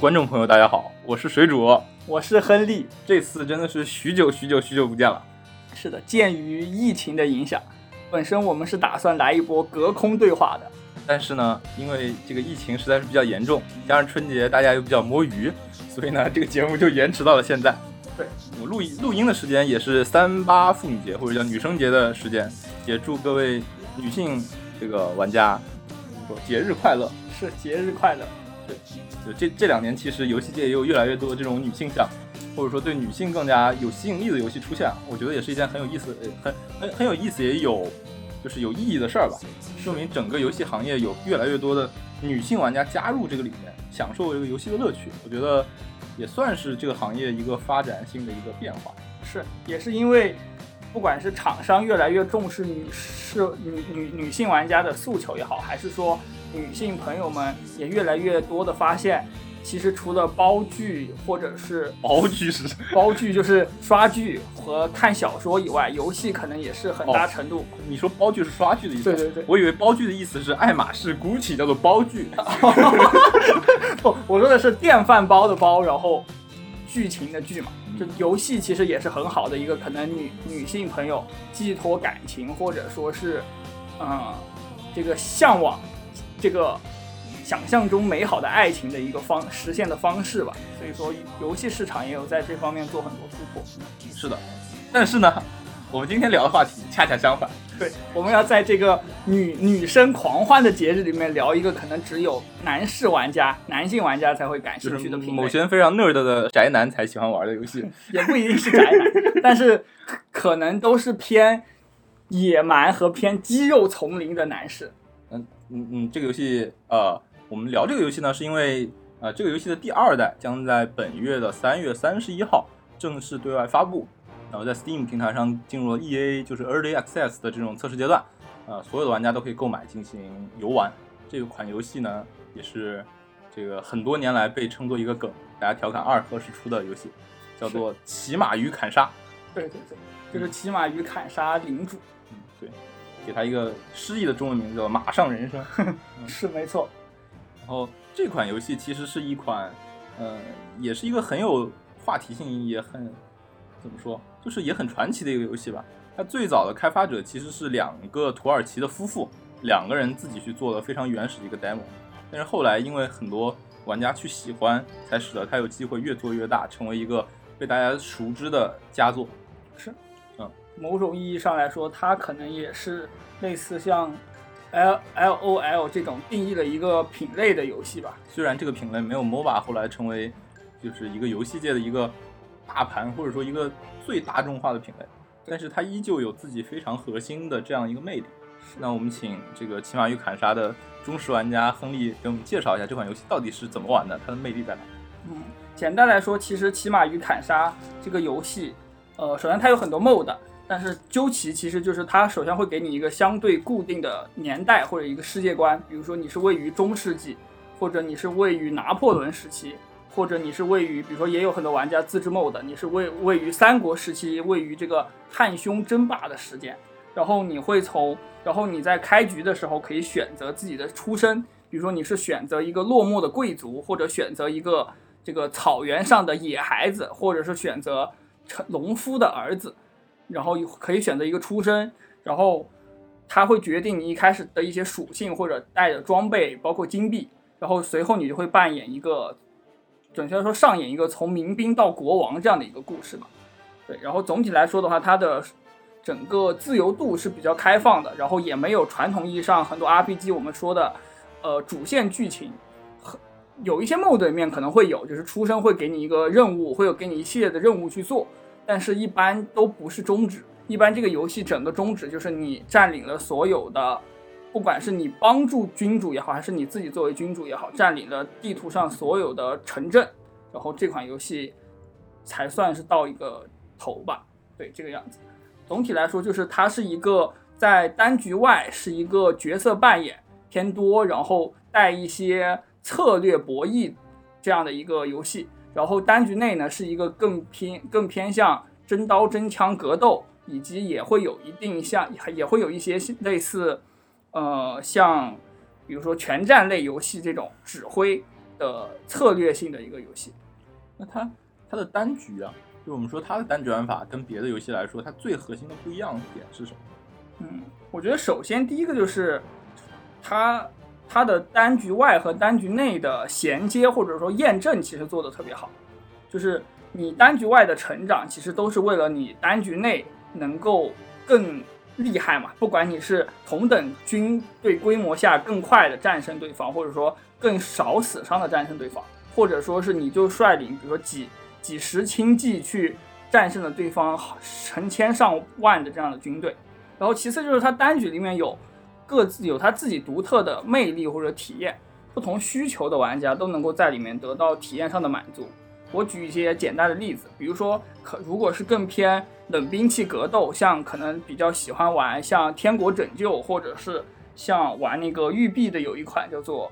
观众朋友大家好，我是水煮， 我是亨利。 这次真的是许久不见了。 是的，鉴于疫情的影响，本身我们是打算来一波隔空对话的， 但是呢，因为这个疫情实在是比较严重，加上春节大家又比较摸鱼，所以呢，这个节目就延迟到了现在。 对， 我录音的时间也是38妇女节或者叫女生节的时间，也祝各位女性这个玩家节日快乐。 是节日快乐。 对，这2年其实游戏界也有越来越多这种女性向，或者说对女性更加有吸引力的游戏出现，我觉得也是一件很有意思、很有意思也有就是有意义的事儿吧。说明整个游戏行业有越来越多的女性玩家加入这个里面，享受这个游戏的乐趣。我觉得也算是这个行业一个发展性的一个变化。 是，也是因为不管是厂商越来越重视女性玩家的诉求也好，还是说女性朋友们也越来越多的发现，其实除了包剧或者是包剧就是刷剧和看小说以外，游戏可能也是很大程度。 你说包剧是刷剧的意思？ 对， 我以为包剧的意思是爱马仕、GUCCI 叫做包剧。 不，我说的是电饭煲的煲，然后剧情的剧嘛。就游戏其实也是很好的一个可能女性朋友寄托感情，或者说是这个向往这个想象中美好的爱情的一个实现的方式吧。所以说游戏市场也有在这方面做很多突破。 是的，但是呢，我们今天聊的话题恰恰相反。 对，我们要在这个女生狂欢的节日里面聊一个可能只有男性玩家才会感兴趣的品类， 就是某些非常 nerd 的宅男才喜欢玩的游戏。 也不一定是宅男，但是可能都是偏野蛮和偏肌肉丛林的男士。 这个游戏我们聊这个游戏呢，是因为这个游戏的第2代将在本月的3月31号正式对外发布，然后在 Steam 平台上进入了 EA 就是 Early Access 的这种测试阶段，所有的玩家都可以购买进行游玩。这款游戏呢，也是这个很多年来被称作一个梗，大家调侃2何时出的游戏，叫做《骑马与砍杀》。 对，就是《骑马与砍杀》领主。 对，给它一个诗意的中文名字叫《马上人生》。 是没错。 然后这款游戏其实是一款，也是一个很有话题性，也很怎么说，就是也很传奇的一个游戏吧。它最早的开发者其实是2个土耳其的夫妇，2个人自己去做了非常原始的一个 demo， 但是后来因为很多玩家去喜欢，才使得它有机会越做越大，成为一个被大家熟知的佳作。 是，某种意义上来说，它可能也是类似像LOL 这种定义了一个品类的游戏吧。 虽然这个品类没有 MOBA 后来成为就是一个游戏界的一个大盘，或者说一个最大众化的品类，但是它依旧有自己非常核心的这样一个魅力。那我们请这个《骑马与砍杀》的忠实玩家亨利给我们介绍一下这款游戏到底是怎么玩的，它的魅力在哪？ 简单来说，其实《骑马与砍杀》这个游戏，首先它有很多 mode， 但是究其实就是它首先会给你一个相对固定的年代或者一个世界观，比如说你是位于中世纪，或者你是位于拿破仑时期，或者你是位于，比如说也有很多玩家自制 mode， 你是位于三国时期，位于这个汉匈争霸的时间，然后你在开局的时候可以选择自己的出身，比如说你是选择一个落寞的贵族，或者选择一个这个草原上的野孩子，或者是选择农夫的儿子，然后可以选择一个出身，然后它会决定你一开始的一些属性或者带的装备，包括金币，然后随后你就会扮演一个，准确来说上演一个从民兵到国王这样的一个故事吧。对，然后总体来说的话，它的整个自由度是比较开放的，然后也没有传统意义上很多 RPG 我们说的主线剧情。有一些 mode 里面可能会有，就是出生会给你一个任务，会有给你一系列的任务去做，但是一般都不是宗旨。一般这个游戏整个宗旨就是你占领了所有的，不管是你帮助君主也好，还是你自己作为君主也好，占领了地图上所有的城镇，然后这款游戏才算是到一个头吧。对，这个样子。总体来说就是它是一个在单局外是一个角色扮演偏多，然后带一些策略博弈这样的一个游戏，然后单局内呢是一个更偏向真刀真枪格斗，以及也会有一些类似像比如说全战类游戏这种指挥的策略性的一个游戏。 那它的单局啊，就我们说它的单局玩法跟别的游戏来说，它最核心的不一样的点是什么？ 我觉得首先第一个就是它的单局外和单局内的衔接或者说验证其实做得特别好，就是你单局外的成长其实都是为了你单局内能够更厉害嘛，不管你是同等军队规模下更快的战胜对方，或者说更少死伤的战胜对方，或者说是你就率领比如说几十轻骑去战胜了对方成千上万的这样的军队。然后其次就是它单局里面各自有它自己独特的魅力或者体验，不同需求的玩家都能够在里面得到体验上的满足。我举一些简单的例子，比如说如果是更偏冷兵器格斗，像可能比较喜欢玩像天国拯救，或者是像玩那个育碧的有一款叫做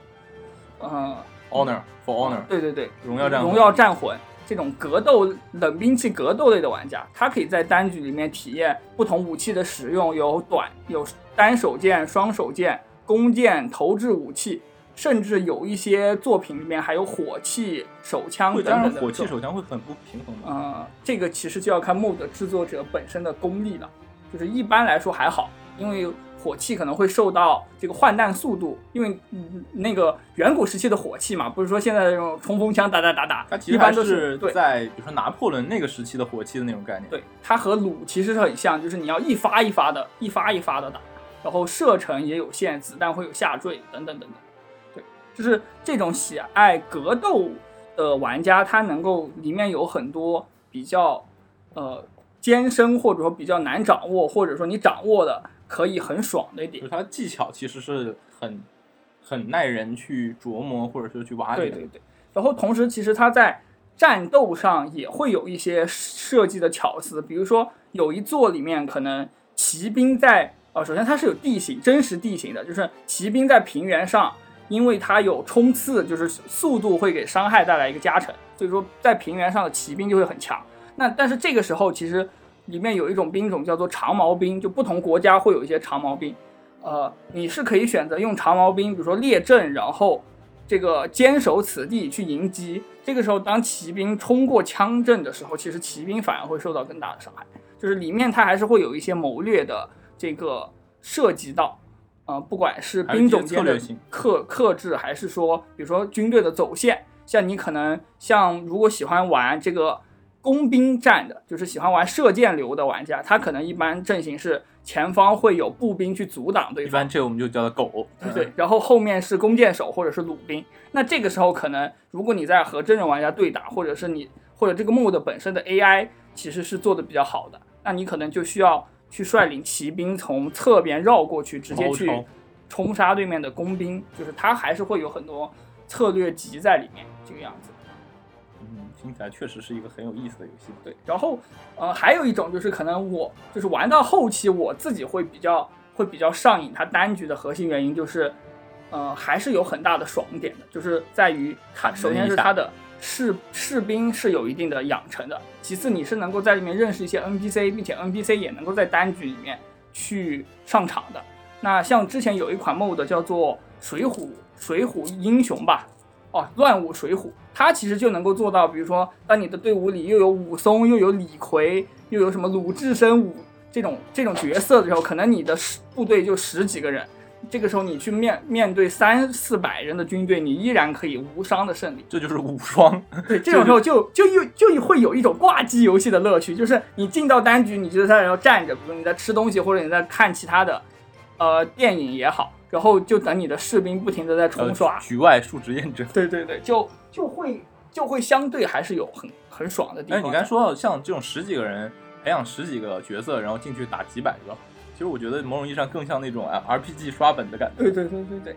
Honor for Honor， 对， 荣耀战魂这种格斗冷兵器格斗类的玩家，他可以在单局里面体验不同武器的使用，有单手剑、双手剑、弓箭、投掷武器，甚至有一些作品里面还有火器手枪等等的。 火器手枪会很不平衡吗？ 这个其实就要看 mod 制作者本身的功力了，就是一般来说还好，因为火器可能会受到这个换弹速度，因为那个远古时期的火器嘛，不是说现在的这种冲锋枪打， 它其实还是在比如说拿破仑那个时期的火器的那种概念。 对，它和弩其实是很像，就是你要一发一发的打，然后射程也有限，子弹会有下坠等等。对，就是这种喜爱格斗的玩家，他能够里面有很多比较艰深或者说比较难掌握，或者说你掌握的可以很爽的一点， 就是它的技巧其实是很耐人去琢磨或者是去挖掘。 对。然后同时其实它在战斗上也会有一些设计的巧思，比如说有一座里面可能骑兵在首先它是有真实地形的，就是骑兵在平原上，因为它有冲刺，就是速度会给伤害带来一个加成，所以说在平原上的骑兵就会很强。但是这个时候其实里面有一种兵种叫做长矛兵，就不同国家会有一些长矛兵，你是可以选择用长矛兵，比如说列阵，然后这个坚守此地去迎击。这个时候当骑兵冲过枪阵的时候，其实骑兵反而会受到更大的伤害，就是里面它还是会有一些谋略的这个涉及到，不管是兵种间的克制，还是说比如说军队的走线，像你可能如果喜欢玩这个工兵战的，就是喜欢玩射箭流的玩家，他可能一般阵型是前方会有步兵去阻挡对方， 一般这我们就叫它狗。 对，然后后面是弓箭手或者是弩兵。那这个时候可能如果你在和真人玩家对打，或者这个 mod 本身的 AI 其实是做的比较好的，那你可能就需要去率领骑兵从侧边绕过去，直接去冲杀对面的工兵，就是它还是会有很多策略集在里面，这个样子。 听起来确实是一个很有意思的游戏。 对，然后还有一种就是可能我就是玩到后期我自己会比较上瘾，它单局的核心原因就是还是有很大的爽点的，就是在于首先是它的士兵是有一定的养成的，其次你是能够在里面认识一些 NPC， 并且 NPC 也能够在单局里面去上场的。那像之前有一款 mod 叫做水浒英雄吧，乱舞水浒，它其实就能够做到，比如说当你的队伍里又有武松，又有李逵，又有什么鲁智深武这种角色的时候，可能你的部队就10几个人，这个时候你去面对300-400人的军队，你依然可以无伤的胜利， 这就是无双。 对，这种时候就会有一种挂机游戏的乐趣，就是你进到单局，你就在那站着，比如你在吃东西或者你在看其他的电影也好，然后就等你的士兵不停的在冲刷， 局外数值验证。 对，就会相对还是有很爽的地方。 你刚才说到像这种10几个人培养10几个角色，然后进去打几百个，其实我觉得某种意义上更像那种 RPG 刷本的感觉。 对。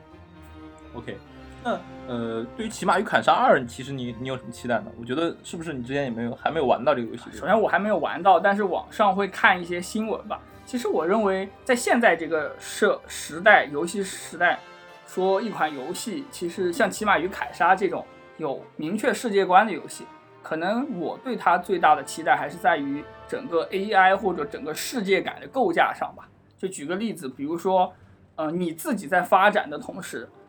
OK， 那对于《骑马与砍杀2》，其实你有什么期待呢？我觉得是不是你之前还没有玩到这个游戏？ 首先我还没有玩到，但是网上会看一些新闻吧。其实我认为在现在这个游戏时代，说一款游戏其实像《骑马与砍杀》这种有明确世界观的游戏，可能我对它最大的期待还是在于整个 AI 或者整个世界感的构架上吧。就举个例子，比如说你自己在发展的同时，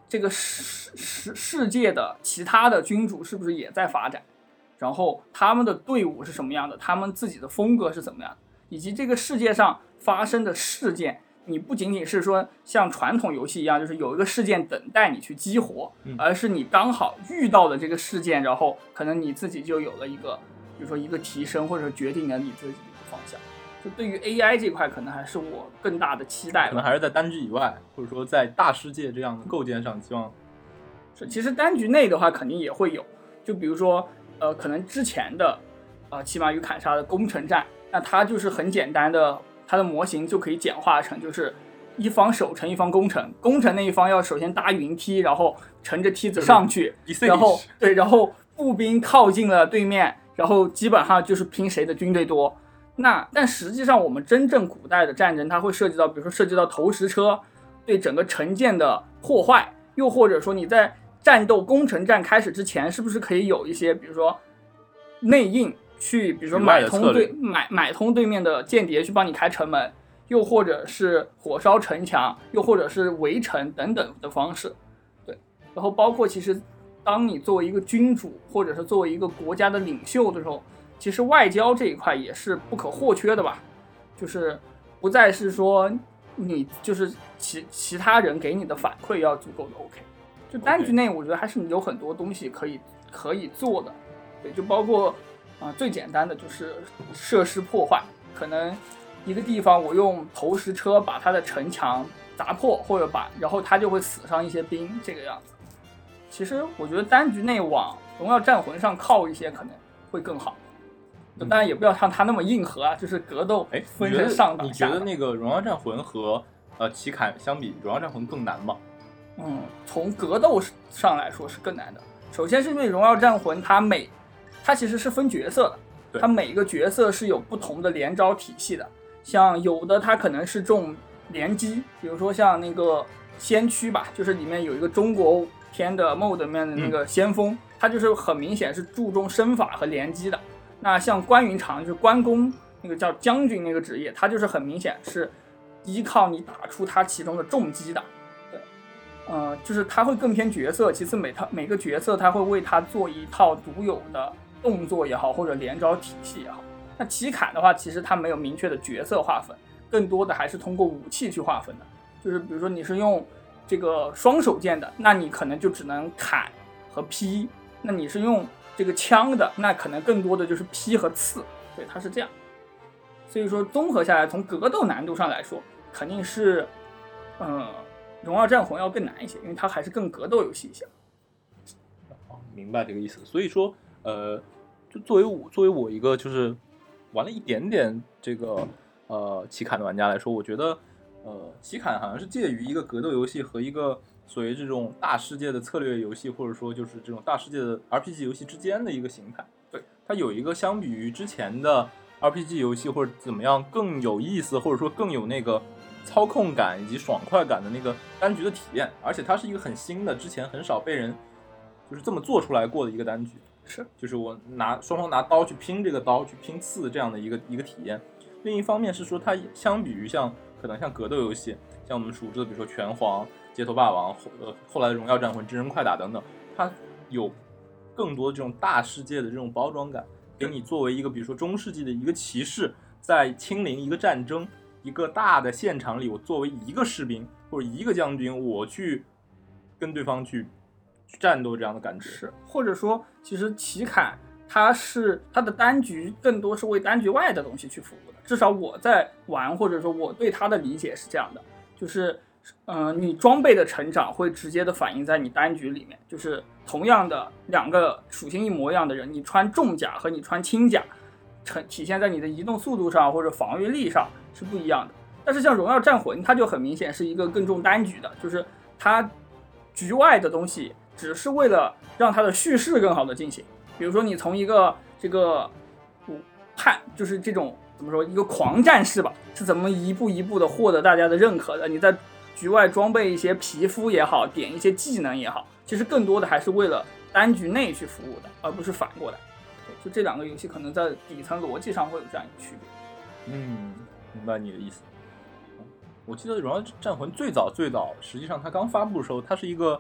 这个世界的其他的君主是不是也在发展，然后他们的队伍是什么样的，他们自己的风格是怎么样的，以及这个世界上发生的事件，你不仅仅是说像传统游戏一样，就是有一个事件等待你去激活，而是你刚好遇到了这个事件，然后可能你自己就有了一个，比如说一个提升，或者决定了你自己的一个方向。就对于 AI 这块，可能还是我更大的期待吧。 可能还是在单局以外，或者说在大世界这样的构建上，希望其实单局内的话肯定也会有，就比如说可能之前的骑马与砍杀的攻城战，那它就是很简单的，它的模型就可以简化成就是一方守城一方攻城，攻城那一方要首先搭云梯，然后乘着梯子上去，然后步兵靠近了对面，然后基本上就是拼谁的军队多。但实际上我们真正古代的战争，它会涉及到，比如说涉及到投石车对整个城建的破坏，又或者说你在战斗攻城战开始之前，是不是可以有一些比如说内应去，比如说买通对面的间谍去帮你开城门，又或者是火烧城墙，又或者是围城等等的方式。对，然后包括其实当你作为一个君主或者是作为一个国家的领袖的时候，其实外交这一块也是不可或缺的吧，就是不再是说你就是其他人给你的反馈要足够的 OK， 就单局内我觉得还是有很多东西可以做的。对，就包括最简单的就是设施破坏，可能一个地方我用投石车把它的城墙砸破，或者然后它就会死伤一些兵，这个样子。其实我觉得单局内往荣耀战魂上靠一些可能会更好。当然也不要像它那么硬核啊，就是格斗分成上档。 你觉得那个荣耀战魂和奇坎相比，荣耀战魂更难吗？ 从格斗上来说是更难的。首先是因为荣耀战魂它其实是分角色的，它每一个角色是有不同的连招体系的。像有的它可能是重连击，比如说像那个先驱吧，就是里面有一个中国篇的 MOD 里面的那个先锋，它就是很明显是注重身法和连击的。那像关云长就是关公那个叫将军那个职业，他就是很明显是依靠你打出他其中的重击的。对，就是他会更偏角色，其次每个角色他会为他做一套独有的动作也好，或者连招体系也好。那奇坎的话，其实他没有明确的角色划分，更多的还是通过武器去划分的。就是比如说你是用这个双手剑的，那你可能就只能砍和劈；那你是用这个枪的，那可能更多的就是劈和刺。对，它是这样。所以说综合下来，从格斗难度上来说，肯定是荣耀战魂要更难一些，因为它还是更格斗游戏一些。 明白这个意思。所以说就作为我一个就是玩了一点点这个奇坎的玩家来说，我觉得奇坎好像是介于一个格斗游戏和一个所谓这种大世界的策略游戏，或者说就是这种大世界的 RPG 游戏之间的一个形态。 对， 它有一个相比于之前的 RPG 游戏或者怎么样更有意思，或者说更有那个操控感以及爽快感的那个单局的体验，而且它是一个很新的，之前很少被人就是这么做出来过的一个单局。 是， 就是我双方拿刀去拼这个刀，去拼刺这样的一个体验。另一方面是说，它相比于可能像格斗游戏，像我们熟知的，比如说拳皇、街头霸王，后来的荣耀战魂、真人快打等等，它有更多这种大世界的这种包装感，给你作为一个比如说中世纪的一个骑士，在亲临一个战争、一个大的现场里，我作为一个士兵或者一个将军，我去跟对方去战斗这样的感觉。 是，或者说其实奇坎它的单局更多是为单局外的东西去服务的，至少我在玩或者说我对它的理解是这样的，就是你装备的成长会直接的反映在你单局里面，就是同样的两个属性一模一样的人，你穿重甲和你穿轻甲体现在你的移动速度上或者防御力上是不一样的。但是像荣耀战魂它就很明显是一个更重单局的，就是它局外的东西只是为了让它的叙事更好的进行。比如说你从一个这个就是这种怎么说一个狂战士吧，是怎么一步一步的获得大家的认可的，你在局外装备一些皮肤也好，点一些技能也好，其实更多的还是为了单局内去服务的，而不是反过来。就这两个游戏可能在底层逻辑上会有这样一个区别。 明白你的意思。我记得荣耀战魂最早实际上它刚发布的时候，它是一个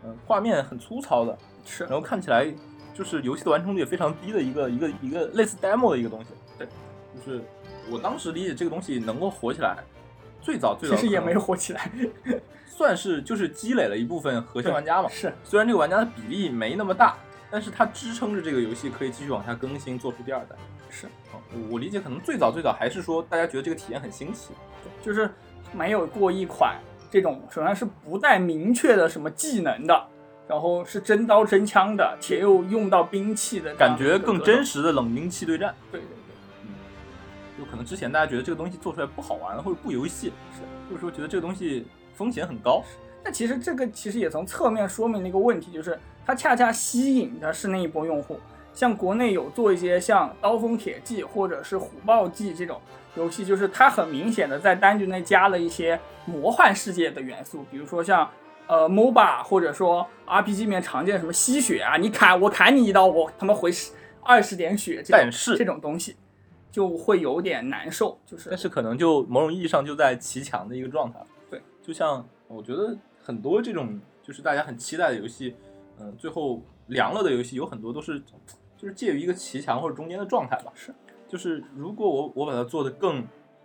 画面很粗糙的， 是， 然后看起来就是游戏的完成度也非常低的一个类似 demo 的一个东西。 对， 就是我当时理解这个东西能够火起来，最早其实也没有火起来， 算是就是积累了一部分核心玩家嘛。 是， 虽然这个玩家的比例没那么大，但是它支撑着这个游戏可以继续往下更新，做出第二代。 是， 我理解可能最早还是说大家觉得这个体验很新奇， 就是没有过一款这种首先是不带明确的什么技能的，然后是真刀真枪的，且又用到兵器的感觉更真实的冷兵器对战。 对， 就可能之前大家觉得这个东西做出来不好玩或者不游戏，就是说觉得这个东西风险很高。 但其实这个也从侧面说明了一个问题，就是它恰恰吸引的是那一波用户。像国内有做一些像刀锋铁骑或者是虎豹骑这种游戏，就是它很明显的在单局内加了一些魔幻世界的元素，比如说像MOBA 或者说 RPG 里面常见什么吸血啊，我砍你一刀，我他妈回20点血， 但是这种东西就会有点难受， 但是可能就某种意义上就在骑墙的一个状态。 对， 就像我觉得很多这种就是大家很期待的游戏，最后凉了的游戏有很多都是就是介于一个骑墙或者中间的状态吧。 是， 就是如果我把它做得更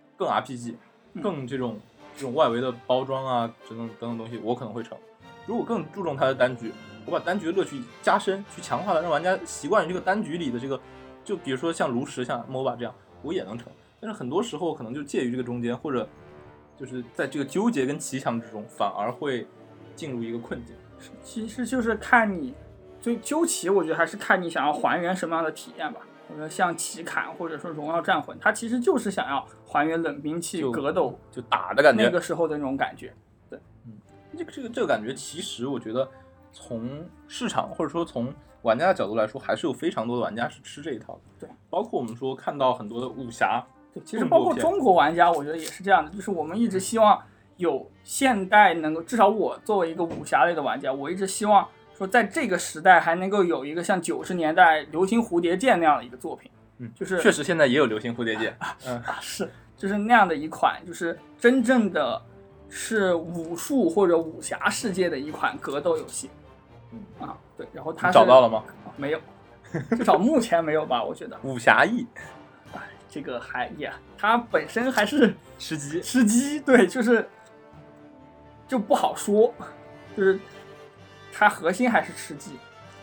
RPG， 更这种外围的包装啊等等东西，我可能会成。如果更注重它的单局，我把单局的乐趣加深，去强化它，让玩家习惯于这个单局里的这个，就比如说像炉石、像 MOBA 这样，我也能成。但是很多时候可能就介于这个中间，或者就是在这个纠结跟骑墙之中，反而会进入一个困境。 其实就是看你，所以究其我觉得还是看你想要还原什么样的体验吧。我觉得像奇坎或者说荣耀战魂，它其实就是想要还原冷兵器格斗就打的感觉， 那个时候的那种感觉。对， 这个感觉，其实我觉得从市场或者说从玩家的角度来说，还是有非常多的玩家是吃这一套的。 对， 包括我们说看到很多的武侠， 对，其实包括中国玩家，我觉得也是这样的，就是我们一直希望有现代能够，至少我作为一个武侠类的玩家，我一直希望说在这个时代还能够有一个像90年代流星蝴蝶剑那样的一个作品。就是确实现在也有流星蝴蝶剑， 是，就是那样的一款，就是真正的是武术或者武侠世界的一款格斗游戏。对，然后它找到了吗？ 没有，至少目前没有吧，我觉得。 武侠义， 这个它本身还是吃鸡，对，就不好说，就是它核心还是吃鸡。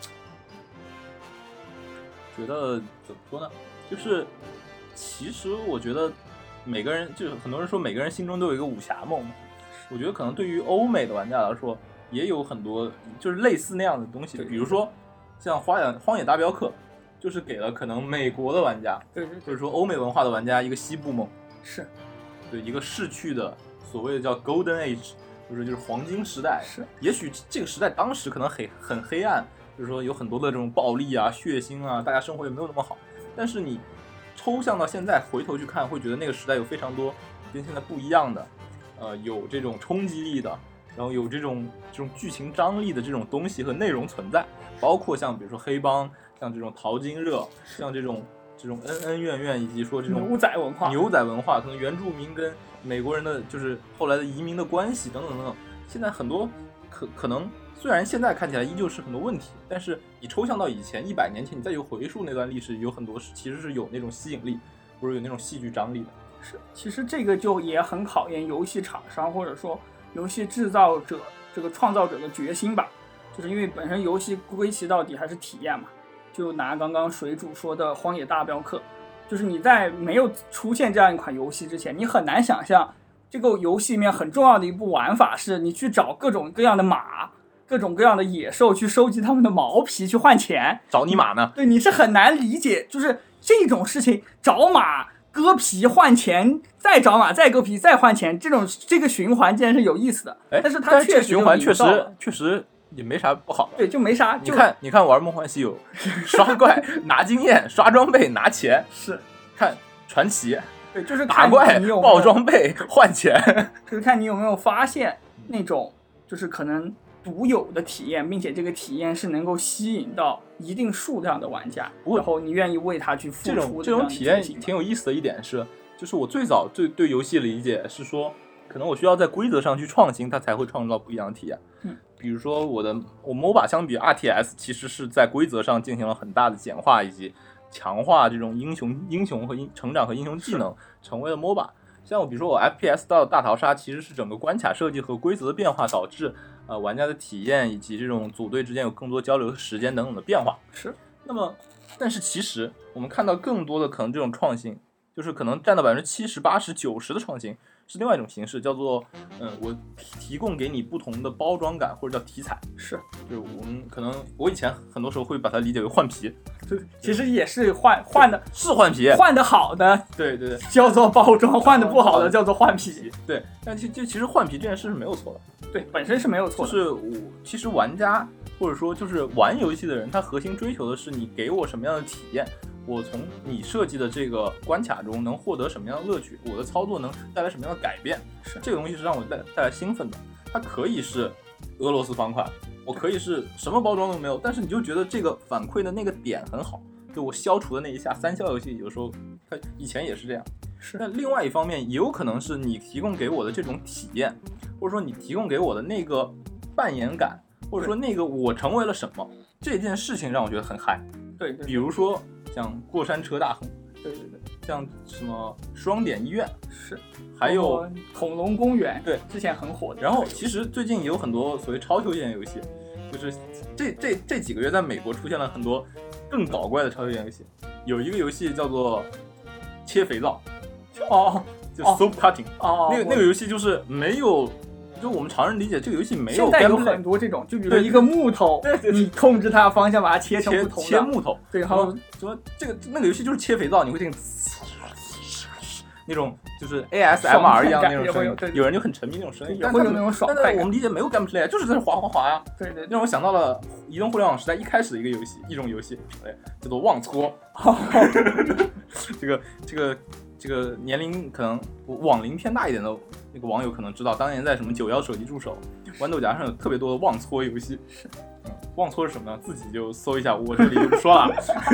觉得怎么说呢？就是其实我觉得每个人，就是很多人说每个人心中都有一个武侠梦嘛。我觉得可能对于欧美的玩家来说，也有很多就是类似那样的东西，比如说像荒野大镖客，就是给了可能美国的玩家， 对， 或者说欧美文化的玩家一个西部梦， 是对一个逝去的所谓的叫 Golden Age， 就是黄金时代。 是， 也许这个时代当时可能很黑暗，就是说有很多的这种暴力啊、血腥啊，大家生活也没有那么好。但是你抽象到现在回头去看，会觉得那个时代有非常多跟现在不一样的，有这种冲击力的，然后有这种剧情张力的这种东西和内容存在，包括像比如说黑帮，像这种淘金热，像这种恩恩怨怨，以及说这种牛仔文化， 可能原住民跟美国人的就是后来的移民的关系等等等等。现在很多可能虽然现在看起来依旧是很多问题，但是你抽象到以前100年前，你再去回溯那段历史，有很多其实是有那种吸引力，或者有那种戏剧张力的。 是，其实这个就也很考验游戏厂商或者说游戏制造者这个创造者的决心吧，就是因为本身游戏归其到底还是体验嘛。就拿刚刚水煮说的《荒野大镖客》，就是你在没有出现这样一款游戏之前，你很难想象这个游戏里面很重要的一步玩法是你去找各种各样的马、各种各样的野兽，去收集他们的毛皮去换钱。 找你马呢？ 对，你是很难理解，就是这种事情，找马割皮换钱，再找马再割皮再换钱，这个循环竟然是有意思的。但是它确实循环确实也没啥不好的。 对，就没啥。 你看玩梦幻西游，刷怪拿经验，刷装备拿钱， 是看传奇， 对，就是打怪爆装备换钱， 就是看你有没有发现那种就是可能独有的体验，并且这个体验是能够吸引到一定数量的玩家，然后你愿意为他去付出。 这种体验挺有意思的一点是，就是我最早对游戏的理解是说，可能我需要在规则上去创新，它才会创造不一样的体验。 比如说我 MOBA 相比 RTS 其实是在规则上进行了很大的简化以及强化这种英雄和成长和英雄技能，成为了 MOBA。像比如说我 FPS 到大逃杀其实是整个关卡设计和规则的变化导致玩家的体验以及这种组队之间有更多交流的时间等等的变化。 是。 那么但是其实我们看到更多的可能这种创新就是可能占到70%、80%、90%的创新是另外一种形式，叫做我提供给你不同的包装感或者叫题材。 是， 就是我以前很多时候会把它理解为换皮， 其实也是换的， 是换皮， 换的好的对叫做包装，换的不好的叫做换皮。 对，但其实换皮这件事是没有错的， 对，本身是没有错的。 就是其实玩家或者说就是玩游戏的人，他核心追求的是你给我什么样的体验。我从你设计的这个关卡中能获得什么样的乐趣，我的操作能带来什么样的改变，这个东西是让我带来兴奋的。它可以是俄罗斯方块，我可以是什么包装都没有，但是你就觉得这个反馈的那个点很好，就我消除的那一下三消游戏有时候它以前也是这样。 是。 那另外一方面也有可能是你提供给我的这种体验，或者说你提供给我的那个扮演感，或者说那个我成为了什么这件事情让我觉得很嗨。 对， 比如说像过山车大亨， 对， 像什么双点医院， 是， 还有恐龙公园， 对， 之前很火的。 然后其实最近也有很多所谓超休闲游戏，就是这几个月在美国出现了很多更搞怪的超休闲游戏。有一个游戏叫做切肥皂，就 soap cutting，那个游戏就是没有。就我们常人理解这个游戏没有 gameplay， 现在有很多这种，就比如一个木头，对，你控制它的方向把它切成不同的切木头， 对，然后说那个游戏就是切肥皂，你会听那种就是 ASMR 一样那种声音，有人就很沉迷那种声音， 也会有那种爽快感。 我们理解没有 gameplay， 就是在滑滑呀。 对， 让我想到了移动互联网时代一开始的一种游戏，叫做忘搓。这个年龄可能网龄偏大一点的那个网友可能知道，当年在什么91手机助手、豌豆荚上有特别多的忘搓游戏。忘搓是什么呢？自己就搜一下，我这里就不说了。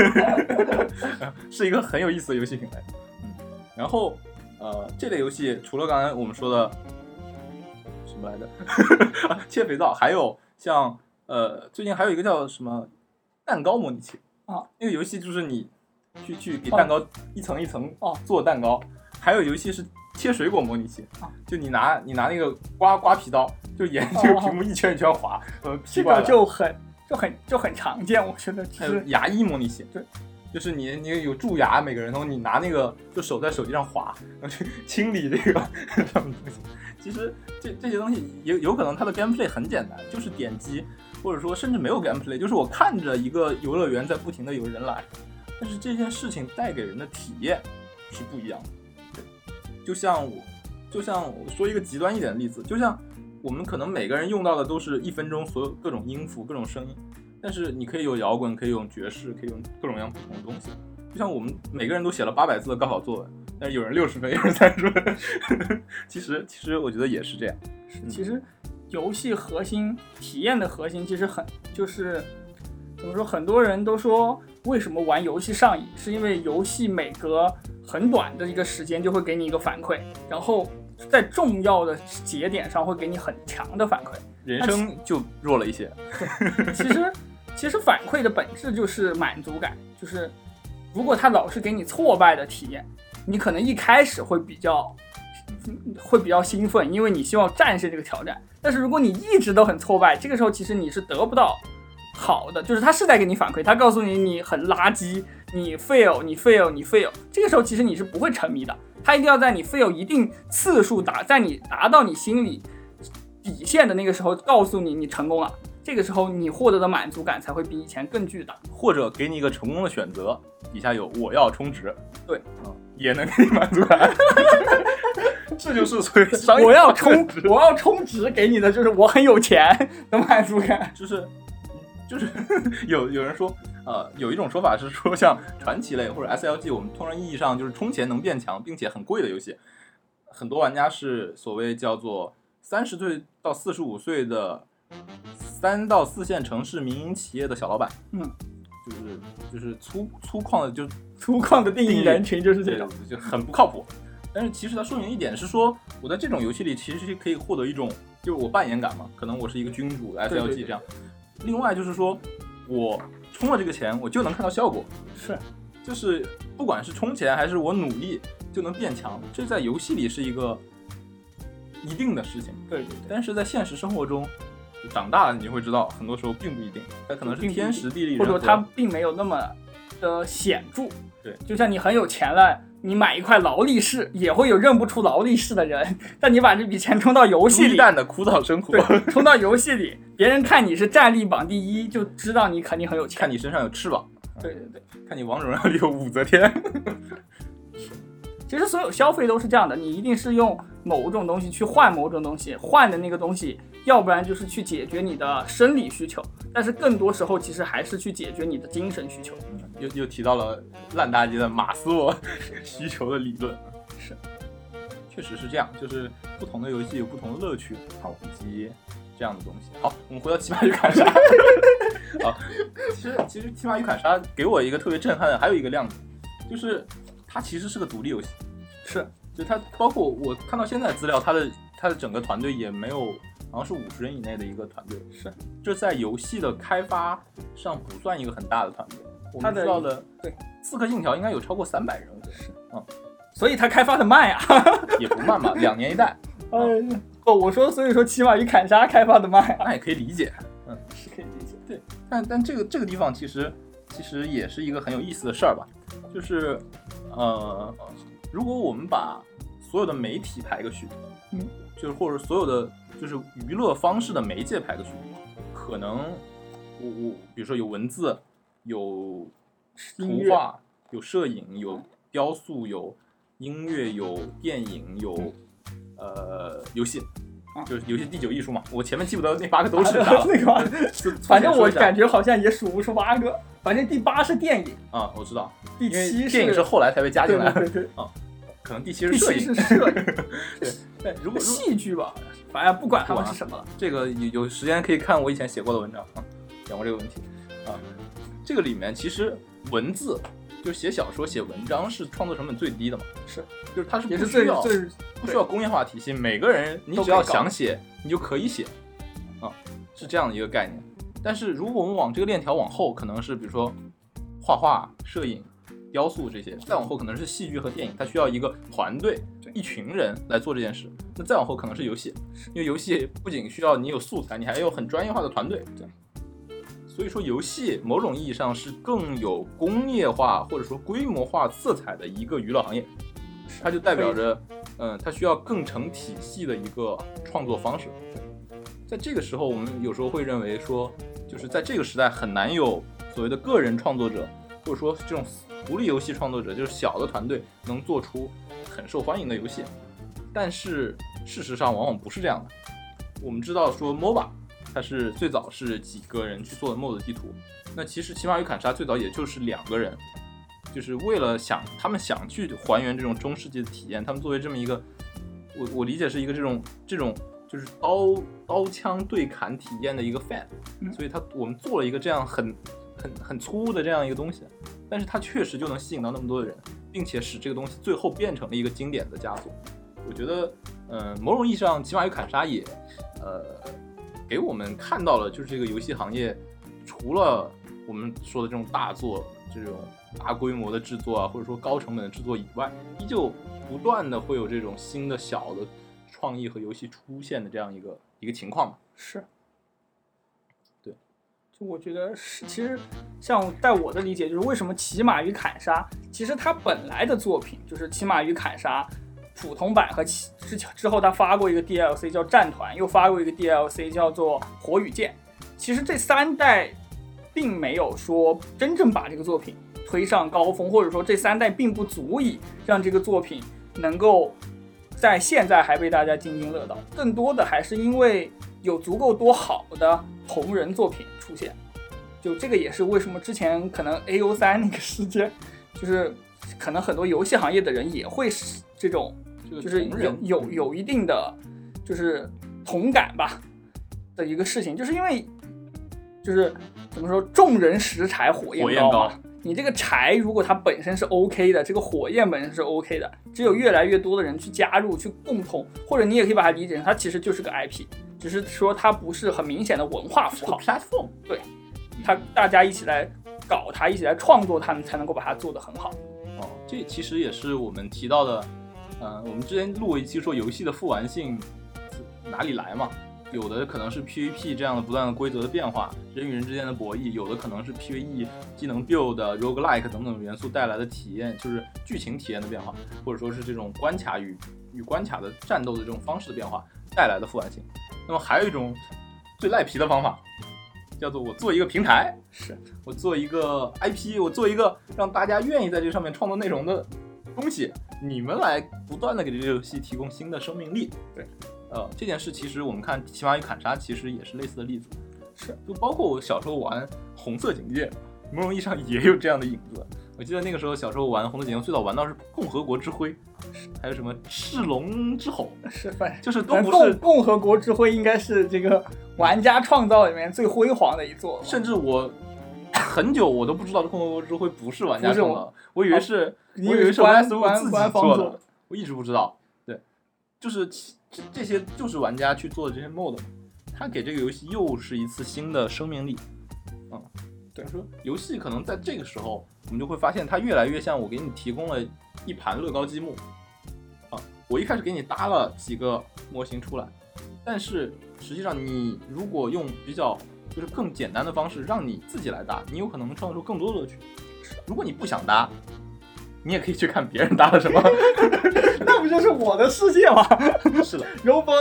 是一个很有意思的游戏品类。然后这类游戏除了刚才我们说的什么来着，切肥皂，还有像最近还有一个叫什么蛋糕模拟器啊， 那个游戏就是你去给蛋糕一层一层做蛋糕，还有游戏是切水果模拟器，就你拿那个刮皮刀，就沿这个屏幕一圈一圈划， 这个就很常见，我觉得。 还有牙医模拟器，对，就是你有蛀牙，每个人，然后你拿那个就手在手机上划，然后去清理这个上面东西。其实这些东西有可能它的 gameplay 很简单，就是点击，或者说甚至没有 gameplay， 就是我看着一个游乐园在不停的有人来。但是这件事情带给人的体验是不一样的，对，就像我说一个极端一点的例子，就像我们可能每个人用到的都是1分钟所有各种音符、各种声音，但是你可以有摇滚，可以用爵士，可以用各种各样不同的东西。就像我们每个人都写了800字的高考作文，但是有人60分，有人30分。其实我觉得也是这样。 其实游戏核心体验的核心其实就是怎么说，很多人都说为什么玩游戏上瘾，是因为游戏每隔很短的一个时间就会给你一个反馈，然后在重要的节点上会给你很强的反馈， 人生就弱了一些。 其实反馈的本质就是满足感，就是如果他老是给你挫败的体验，你可能一开始会比较兴奋，因为你希望战胜这个挑战。但是如果你一直都很挫败，这个时候其实你是得不到好的，就是他是在给你反馈，他告诉你你很垃圾，你 fail， 这个时候其实你是不会沉迷的，他一定要在你 fail 一定次数在你达到你心里底线的那个时候告诉你你成功了，这个时候你获得的满足感才会比以前更巨大， 或者给你一个成功的选择，底下有我要充值， 对， 也能给你满足感。这就是所谓商业我要充值给你的就是我很有钱的满足感， 就是有人说有一种说法是说，像传奇类或者 SLG， 我们通常意义上就是充钱能变强并且很贵的游戏，很多玩家是所谓叫做30岁到45岁的3到4线城市民营企业的小老板，就是粗犷的定义人群就是这种，就很不靠谱。但是其实它说明一点是说，我在这种游戏里其实可以获得一种就是我扮演感嘛，可能我是一个君主 SLG 这样。 对， 另外就是说我充了这个钱，我就能看到效果， 是， 就是不管是充钱还是我努力就能变强，这在游戏里是一个一定的事情。 对， 但是在现实生活中，长大了你会知道，很多时候并不一定，它可能是天时地利人和， 或者它并没有那么的显著。 对， 就像你很有钱了，你买一块劳力士，也会有认不出劳力士的人。但你把这笔钱充到游戏里， 蛋的枯燥生活， 对，充到游戏里，别人看你是战力榜第1，就知道你肯定很有钱。 看你身上有翅膀， 对， 看你王者荣耀里有武则天。 其实所有消费都是这样的，你一定是用某种东西去换某种东西，换的那个东西，要不然就是去解决你的生理需求，但是更多时候其实还是去解决你的精神需求。 又提到了烂大街的马斯洛需求的理论， 是， 确实是这样，就是不同的游戏有不同的乐趣，好，以及这样的东西。好，我们回到骑马与砍杀。好，其实骑马与砍杀给我一个特别震撼的，还有一个亮点，就是它其实是个独立游戏， 是， 就它包括我看到现在的资料，它的整个团队也没有，好像是50人以内的一个团队， 是， 这在游戏的开发上不算一个很大的团队。我们知道的， 对， 刺客信条应该有超过300人，我觉得是， 所以它开发的慢呀， 也不慢嘛，2年一代。 我说，所以说骑马与砍杀开发的慢呀， 那也可以理解， 是可以理解。 对，但这个地方其实也是一个很有意思的事儿吧，就是如果我们把所有的媒体排个序，就是或者所有的就是娱乐方式的媒介排个序，可能我比如说有文字，有图画，有摄影，有雕塑，有音乐，有电影，有游戏，就是游戏第9艺术嘛。我前面记不得那8个都是啥了。 那个，反正我感觉好像也数不出8个。反正第8是电影啊，我知道。 第7是电影是后来才被加进来。 对啊，可能第7是摄影。对，如果戏剧吧，反正不管他们是什么了。 这个有时间可以看我以前写过的文章啊，讲过这个问题啊。这个里面其实文字就是写小说、写文章是创作成本最低的嘛， 是， 就是它是也是不需要工业化体系，每个人你只要想写，你就可以写，啊，是这样的一个概念。但是如果我们往这个链条往后，可能是比如说画画、摄影、雕塑这些，再往后可能是戏剧和电影，它需要一个团队、一群人来做这件事。那再往后可能是游戏，因为游戏不仅需要你有素材，你还有很专业化的团队。所以说，游戏某种意义上是更有工业化或者说规模化色彩的一个娱乐行业，它就代表着，它需要更成体系的一个创作方式。在这个时候，我们有时候会认为说，就是在这个时代很难有所谓的个人创作者，或者说这种独立游戏创作者，就是小的团队能做出很受欢迎的游戏。但是事实上往往不是这样的。我们知道说 MOBA。它是最早是几个人去做的 MOD 地图，那其实骑马与砍杀最早也就是2个人，就是为了他们想去还原这种中世纪的体验，他们作为这么一个，我理解是一个这种就是刀枪对砍体验的一个 fan，所以我们做了一个这样很粗的这样一个东西，但是它确实就能吸引到那么多的人，并且使这个东西最后变成了一个经典的佳作。我觉得，某种意义上，骑马与砍杀也，给我们看到了，就是这个游戏行业，除了我们说的这种大作、这种大规模的制作啊，或者说高成本的制作以外，依旧不断的会有这种新的小的创意和游戏出现的这样一个情况嘛。 是， 对， 就我觉得是，其实像在我的理解，就是为什么骑马与砍杀，其实它本来的作品就是骑马与砍杀。普通版和之后他发过一个 DLC 叫战团，又发过一个 DLC 叫做火与剑。其实这3代并没有说真正把这个作品推上高峰，或者说这3代并不足以让这个作品能够在现在还被大家津津乐道，更多的还是因为有足够多好的同人作品出现。就这个也是为什么之前可能 AO3 那个事件，就是可能很多游戏行业的人也会这种就是有一定的就是同感吧的一个事情，就是因为就是怎么说，众人拾柴火焰高嘛，你这个柴如果它本身是 OK 的，这个火焰本身是 OK 的，只有越来越多的人去加入去共同，或者你也可以把它理解成它其实就是个 IP， 只是说它不是很明显的文化符号。 platform， 对，大家一起来搞它，一起来创作它们，才能够把它做得很好。 这其实也是我们提到的，我们之前录过一期说游戏的复玩性哪里来嘛？有的可能是 PVP 这样的不断的规则的变化，人与人之间的博弈；有的可能是 PVE 技能 build、roguelike 等等元素带来的体验，就是剧情体验的变化，或者说是这种关卡与关卡的战斗的这种方式的变化带来的复玩性。那么还有一种最赖皮的方法，叫做我做一个平台，我做一个 IP， 我做一个让大家愿意在这上面创作内容的东西，你们来不断的给这个游戏提供新的生命力。 对。 这件事其实我们看《骑马与砍杀》其实也是类似的例子，就包括我小时候玩《红色警戒》，某种意义上也有这样的影子。我记得那个时候小时候玩《红色警戒》，最早玩到是共和国之辉，还有什么赤龙之吼，就是都不是共和国之辉，应该是这个玩家创造里面最辉煌的一座。 甚至我很久我都不知道共和国之辉不是玩家创造的，我以为是 Westwood 自己做的，我一直不知道。对，就是这些就是玩家去做的这些 mod， 它给这个游戏又是一次新的生命力。对，说游戏可能在这个时候，我们就会发现它越来越像我给你提供了一盘乐高积木，我一开始给你搭了几个模型出来，但是实际上你如果用比较就是更简单的方式让你自己来搭，你有可能能创造出更多的乐趣。如果你不想搭，你也可以去看别人搭了什么。 那不就是我的世界吗？ 是的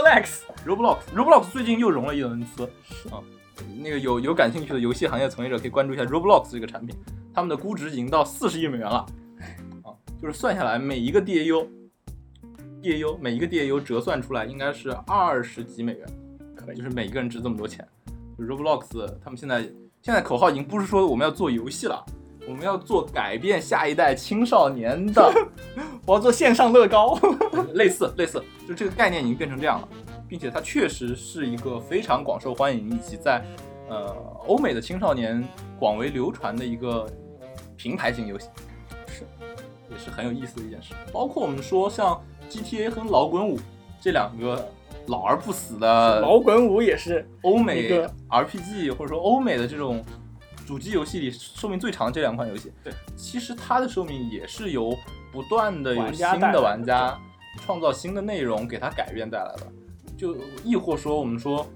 ，Roblox 最近又融了伊伦斯那个有感兴趣的游戏行业从业者可以关注一下 Roblox 这个产品，他们的估值已经到40亿美元了就是算下来每一个 DAU 每一个 DAU 折算出来应该是20几美元，就是每一个人值这么多钱。Roblox 他们现在口号已经不是说我们要做游戏了，我们要做改变下一代青少年的我要做线上乐高类似，就这个概念已经变成这样了，并且它确实是一个非常广受欢迎以及在欧美的青少年广为流传的一个平台型游戏，也是很有意思的一件事。包括我们说像 GTA 和老滚五这两个老而不死的， 老滚五也是欧美 RPG 或者说欧美的这种主机游戏里寿命最长的这两款游戏， 对， 其实它的寿命也是由不断的有新的玩家创造新的内容给它改变带来的。就亦或说我们说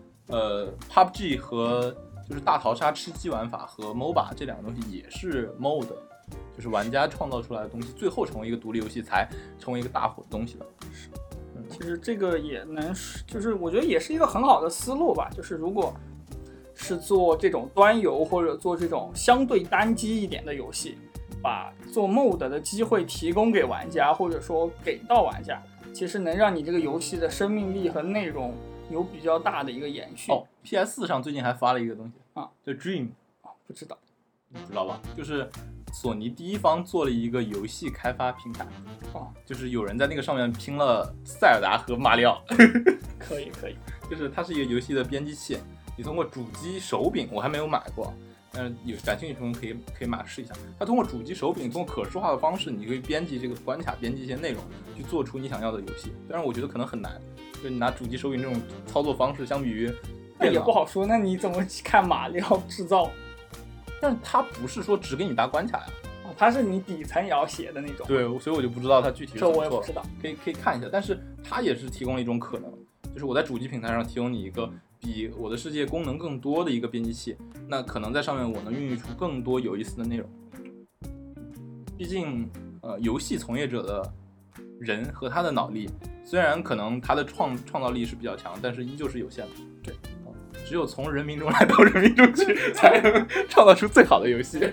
PUBG 和就是大逃杀吃鸡玩法和 MOBA 这两个东西也是 mod， 就是玩家创造出来的东西最后成为一个独立游戏才成为一个大火的东西的。 其实这个也能就是我觉得也是一个很好的思路吧，就是如果是做这种端游或者做这种相对单机一点的游戏，把做 mod 的机会提供给玩家，或者说给到玩家，其实能让你这个游戏的生命力和内容有比较大的一个延续。 PS4 上最近还发了一个东西叫 Dream， 不知道， 你知道吧？就是索尼第一方做了一个游戏开发平台，就是有人在那个上面拼了塞尔达和马里奥。 可以， 就是它是一个游戏的编辑器，你通过主机手柄，我还没有买过，但是有感兴趣的朋友可以买试一下。它通过主机手柄，通过可视化的方式，你可以编辑这个关卡，编辑一些内容，去做出你想要的游戏。当然，我觉得可能很难，就是你拿主机手柄这种操作方式，相比于那也不好说。那你怎么看马里奥制造？ 但是它不是说只给你搭关卡呀， 它是你底层也要写的那种。 对，所以我就不知道它具体是怎么做。 这我也不知道， 可以看一下。但是它也是提供了一种可能，就是我在主机平台上提供你一个比我的世界功能更多的一个编辑器，那可能在上面我能孕育出更多有意思的内容。毕竟游戏从业者的人和他的脑力，虽然可能他的创造力是比较强，但是依旧是有限的。 对， 只有从人民中来到人民中去，才能创造出最好的游戏。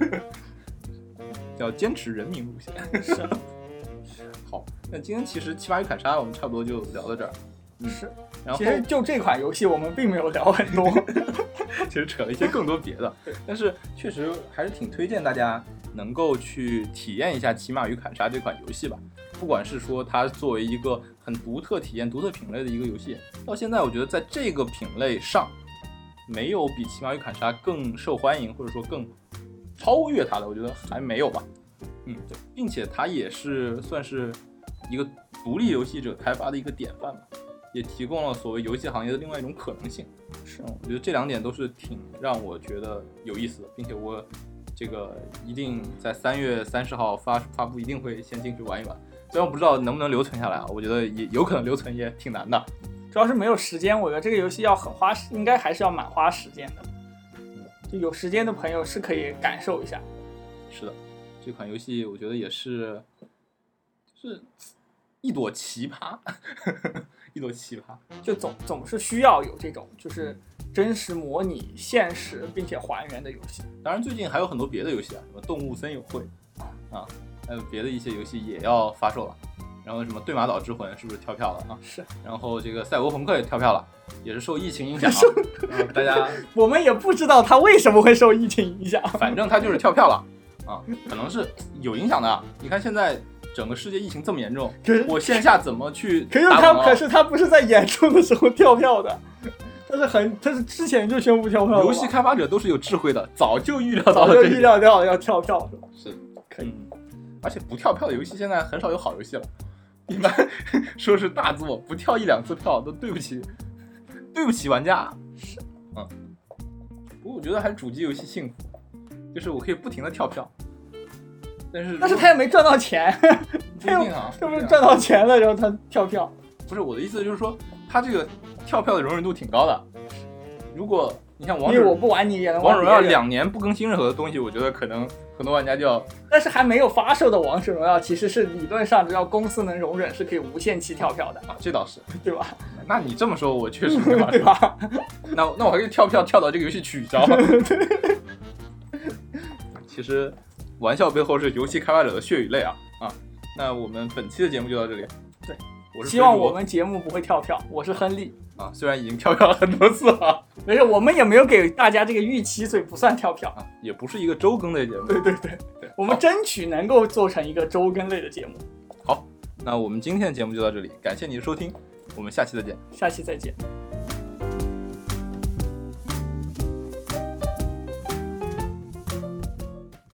要坚持人民路线。 是。 好，那今天其实骑马与砍杀我们差不多就聊到这儿。 是。 然后其实就这款游戏我们并没有聊很多， 其实扯了一些更多别的。但是确实还是挺推荐大家能够去体验一下骑马与砍杀这款游戏吧。不管是说它作为一个很独特体验、独特品类的一个游戏，到现在我觉得在这个品类上，没有比骑马与砍杀更受欢迎，或者说更超越它的，我觉得还没有吧。对，并且它也是算是一个独立游戏者开发的一个典范吧。 也提供了所谓游戏行业的另外一种可能性。 是， 我觉得这2点都是挺让我觉得有意思的，并且我这个一定在3月30号发布，一定会先进去玩一玩。虽然我不知道能不能留存下来啊，我觉得也有可能留存，也挺难的。 主要是没有时间，我觉得这个游戏要很花，应该还是要蛮花时间的。就有时间的朋友是可以感受一下。 是的，这款游戏我觉得也是，就是一朵奇葩，一朵奇葩。 就总是需要有这种就是真实模拟现实并且还原的游戏。 当然，最近还有很多别的游戏啊，什么动物森友会啊，还有别的一些游戏也要发售了。然后什么对马岛之魂是不是跳票了啊？ 是。然后这个赛博朋克也跳票了，也是受疫情影响大家我们也不知道它为什么会受疫情影响， 反正它就是跳票了啊，可能是有影响的。你看现在整个世界疫情这么严重，我线下怎么去打广告？ 可是他不是在严重的时候跳票的，他是之前就宣布跳票的。 游戏开发者都是有智慧的，早就预料到了预料到要跳票， 是可以。 而且不跳票的游戏现在很少有好游戏了，一般说是大作不跳1-2次票都对不起玩家。 是， 不过我觉得还是主机游戏幸福，就是我可以不停的跳票，但是他也没赚到钱， 不一定啊， 他不是赚到钱了，然后他跳票。 不是我的意思，就是说他这个跳票的容忍度挺高的。如果你像王者， 因为我不玩你也能玩。 王者荣耀2年不更新任何的东西，我觉得可能很多玩家就要。 但是还没有发售的王者荣耀，其实是理论上只要公司能容忍，是可以无限期跳票的啊，这倒是， 对吧？ 那你这么说，我确实没法说， 对吧？ 那我还可以跳票跳到这个游戏取消。其实玩笑背后是游戏开发者的血与泪啊！那我们本期的节目就到这里。 对， 我是希望我们节目不会跳票。我是亨利啊，虽然已经跳票了很多次了， 没事，我们也没有给大家这个预期，所以不算跳票啊，也不是一个周更类节目。 对，我们争取能够做成一个周更类的节目。 好，那我们今天的节目就到这里，感谢你的收听，我们下期再见。 下期再见。